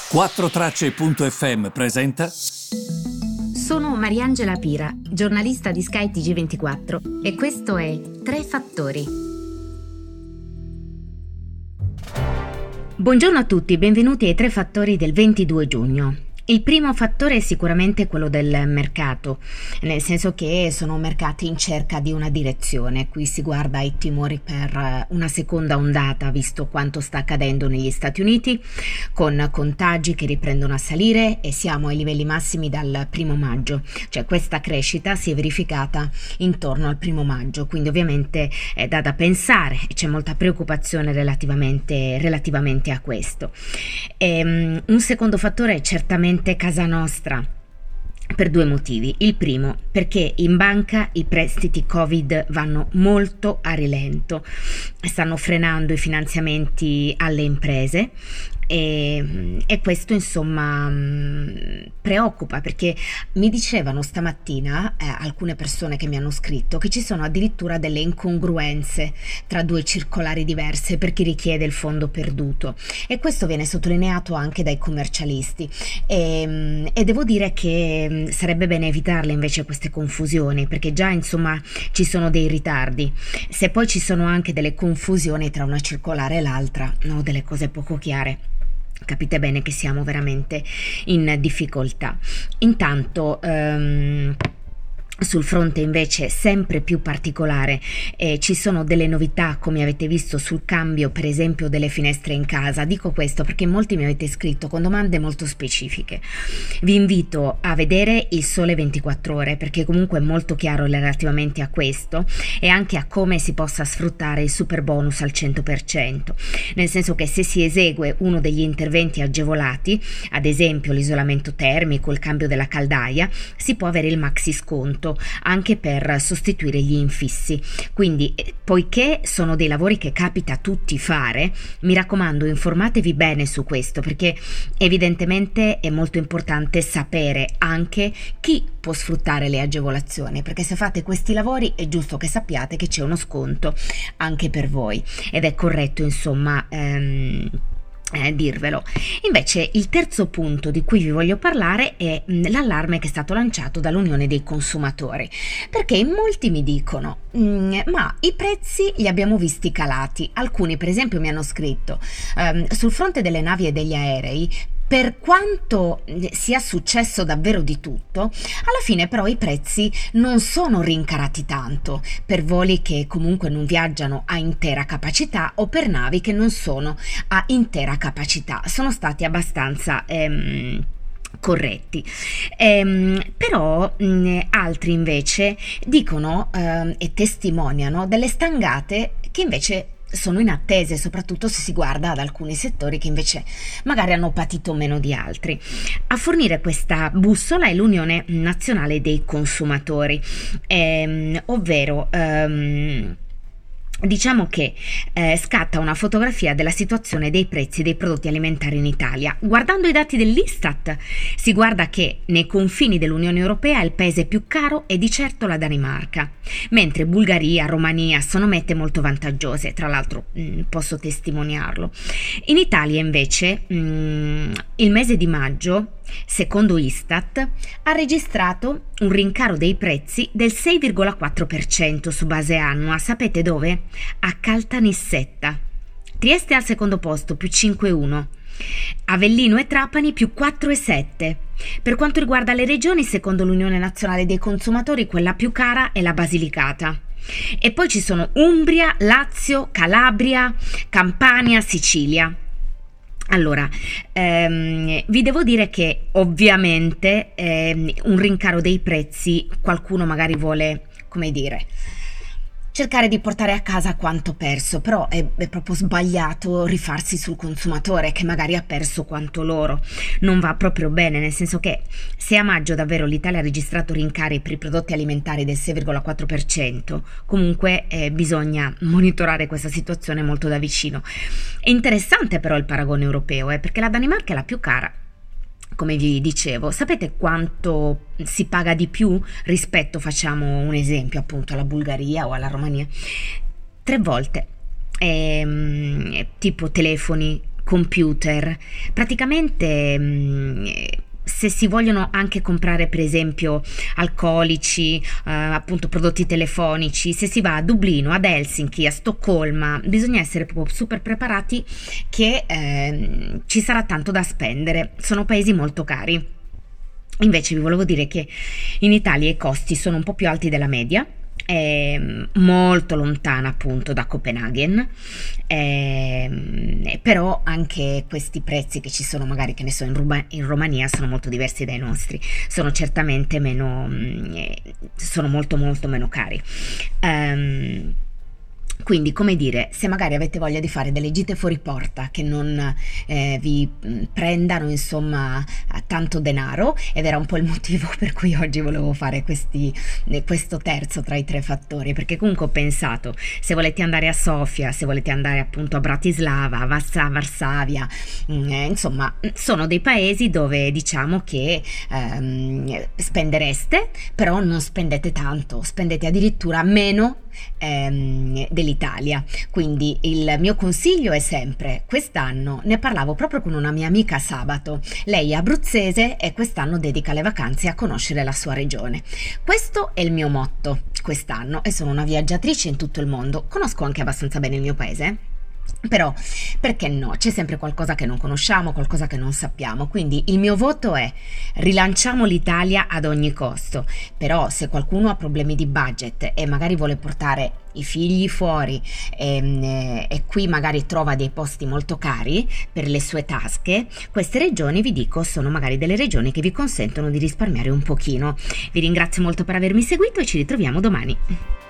4Tracce.fm presenta. Sono Mariangela Pira, giornalista di Sky TG24 e questo è Tre Fattori. Buongiorno a tutti, benvenuti ai Tre Fattori del 22 giugno. Il primo fattore è sicuramente quello del mercato, nel senso che sono mercati in cerca di una direzione. Qui si guarda ai timori per una seconda ondata, visto quanto sta accadendo negli Stati Uniti, con contagi che riprendono a salire e siamo ai livelli massimi dal 1 maggio. Cioè questa crescita si è verificata intorno al 1 maggio, quindi ovviamente è da pensare e c'è molta preoccupazione relativamente a questo. Un secondo fattore è certamente casa nostra, per due motivi. Il primo, perché in banca i prestiti Covid vanno molto a rilento, stanno frenando i finanziamenti alle imprese e questo insomma preoccupa, perché mi dicevano stamattina alcune persone che mi hanno scritto che ci sono addirittura delle incongruenze tra due circolari diverse per chi richiede il fondo perduto, e questo viene sottolineato anche dai commercialisti e devo dire che sarebbe bene evitarle invece queste confusioni, perché già insomma ci sono dei ritardi. Se poi ci sono anche delle confusioni tra una circolare e l'altra, no, delle cose poco chiare, capite bene che siamo veramente in difficoltà. Intanto sul fronte invece sempre più particolare ci sono delle novità, come avete visto, sul cambio per esempio delle finestre in casa. Dico questo perché molti mi avete scritto con domande molto specifiche. Vi invito a vedere il Sole 24 Ore, perché comunque è molto chiaro relativamente a questo e anche a come si possa sfruttare il super bonus al 100%, nel senso che se si esegue uno degli interventi agevolati, ad esempio l'isolamento termico, il cambio della caldaia, si può avere il maxi sconto anche per sostituire gli infissi. Quindi, poiché sono dei lavori che capita a tutti fare, mi raccomando, informatevi bene su questo, perché evidentemente è molto importante sapere anche chi può sfruttare le agevolazioni, perché se fate questi lavori è giusto che sappiate che c'è uno sconto anche per voi, ed è corretto insomma dirvelo. Invece il terzo punto di cui vi voglio parlare è l'allarme che è stato lanciato dall'Unione dei Consumatori, perché in molti mi dicono ma i prezzi li abbiamo visti calati. Alcuni per esempio mi hanno scritto sul fronte delle navi e degli aerei, per quanto sia successo davvero di tutto, alla fine però i prezzi non sono rincarati tanto per voli che comunque non viaggiano a intera capacità o per navi che non sono a intera capacità, sono stati abbastanza corretti. Però altri invece dicono e testimoniano delle stangate che invece sono inattese, soprattutto se si guarda ad alcuni settori che invece magari hanno patito meno di altri. A fornire questa bussola è l'Unione Nazionale dei Consumatori, ovvero diciamo che scatta una fotografia della situazione dei prezzi dei prodotti alimentari in Italia. Guardando i dati dell'Istat si guarda che nei confini dell'Unione Europea il paese più caro è di certo la Danimarca, mentre Bulgaria, Romania sono mete molto vantaggiose, tra l'altro posso testimoniarlo. In Italia invece il mese di maggio, secondo Istat, ha registrato un rincaro dei prezzi del 6,4% su base annua. Sapete dove? A Caltanissetta. Trieste al secondo posto, più 5,1%. Avellino e Trapani più 4,7%. Per quanto riguarda le regioni, secondo l'Unione Nazionale dei Consumatori, quella più cara è la Basilicata. E poi ci sono Umbria, Lazio, Calabria, Campania, Sicilia. Allora, vi devo dire che ovviamente un rincaro dei prezzi qualcuno magari vuole, come dire, cercare di portare a casa quanto perso, però è proprio sbagliato rifarsi sul consumatore che magari ha perso quanto loro. Non va proprio bene, nel senso che se a maggio davvero l'Italia ha registrato rincari per i prodotti alimentari del 6,4%, comunque bisogna monitorare questa situazione molto da vicino. È interessante però il paragone europeo, perché la Danimarca è la più cara. Come vi dicevo, sapete quanto si paga di più rispetto, facciamo un esempio appunto, alla Bulgaria o alla Romania? 3 volte. Tipo telefoni, computer, praticamente se si vogliono anche comprare per esempio alcolici, appunto prodotti telefonici, se si va a Dublino, ad Helsinki, a Stoccolma, bisogna essere proprio super preparati che ci sarà tanto da spendere, sono paesi molto cari. Invece vi volevo dire che in Italia i costi sono un po' più alti della media, è molto lontana appunto da Copenaghen, però anche questi prezzi che ci sono magari, che ne so, in Romania sono molto diversi dai nostri, sono certamente meno, sono molto molto meno cari. Quindi, come dire, se magari avete voglia di fare delle gite fuori porta che non vi prendano insomma tanto denaro, ed era un po' il motivo per cui oggi volevo fare questo terzo tra i tre fattori, perché comunque ho pensato, se volete andare a Sofia, se volete andare appunto a Bratislava, a Varsavia, insomma sono dei paesi dove diciamo che spendereste, però non spendete tanto, spendete addirittura meno dell'Italia. Quindi il mio consiglio è sempre, quest'anno ne parlavo proprio con una mia amica sabato, lei è abruzzese e quest'anno dedica le vacanze a conoscere la sua regione. Questo è il mio motto quest'anno, e sono una viaggiatrice in tutto il mondo, conosco anche abbastanza bene il mio paese. Però, perché no? C'è sempre qualcosa che non conosciamo, qualcosa che non sappiamo, quindi il mio voto è: rilanciamo l'Italia ad ogni costo. Però se qualcuno ha problemi di budget e magari vuole portare i figli fuori e qui magari trova dei posti molto cari per le sue tasche, queste regioni, vi dico, sono magari delle regioni che vi consentono di risparmiare un pochino. Vi ringrazio molto per avermi seguito e ci ritroviamo domani.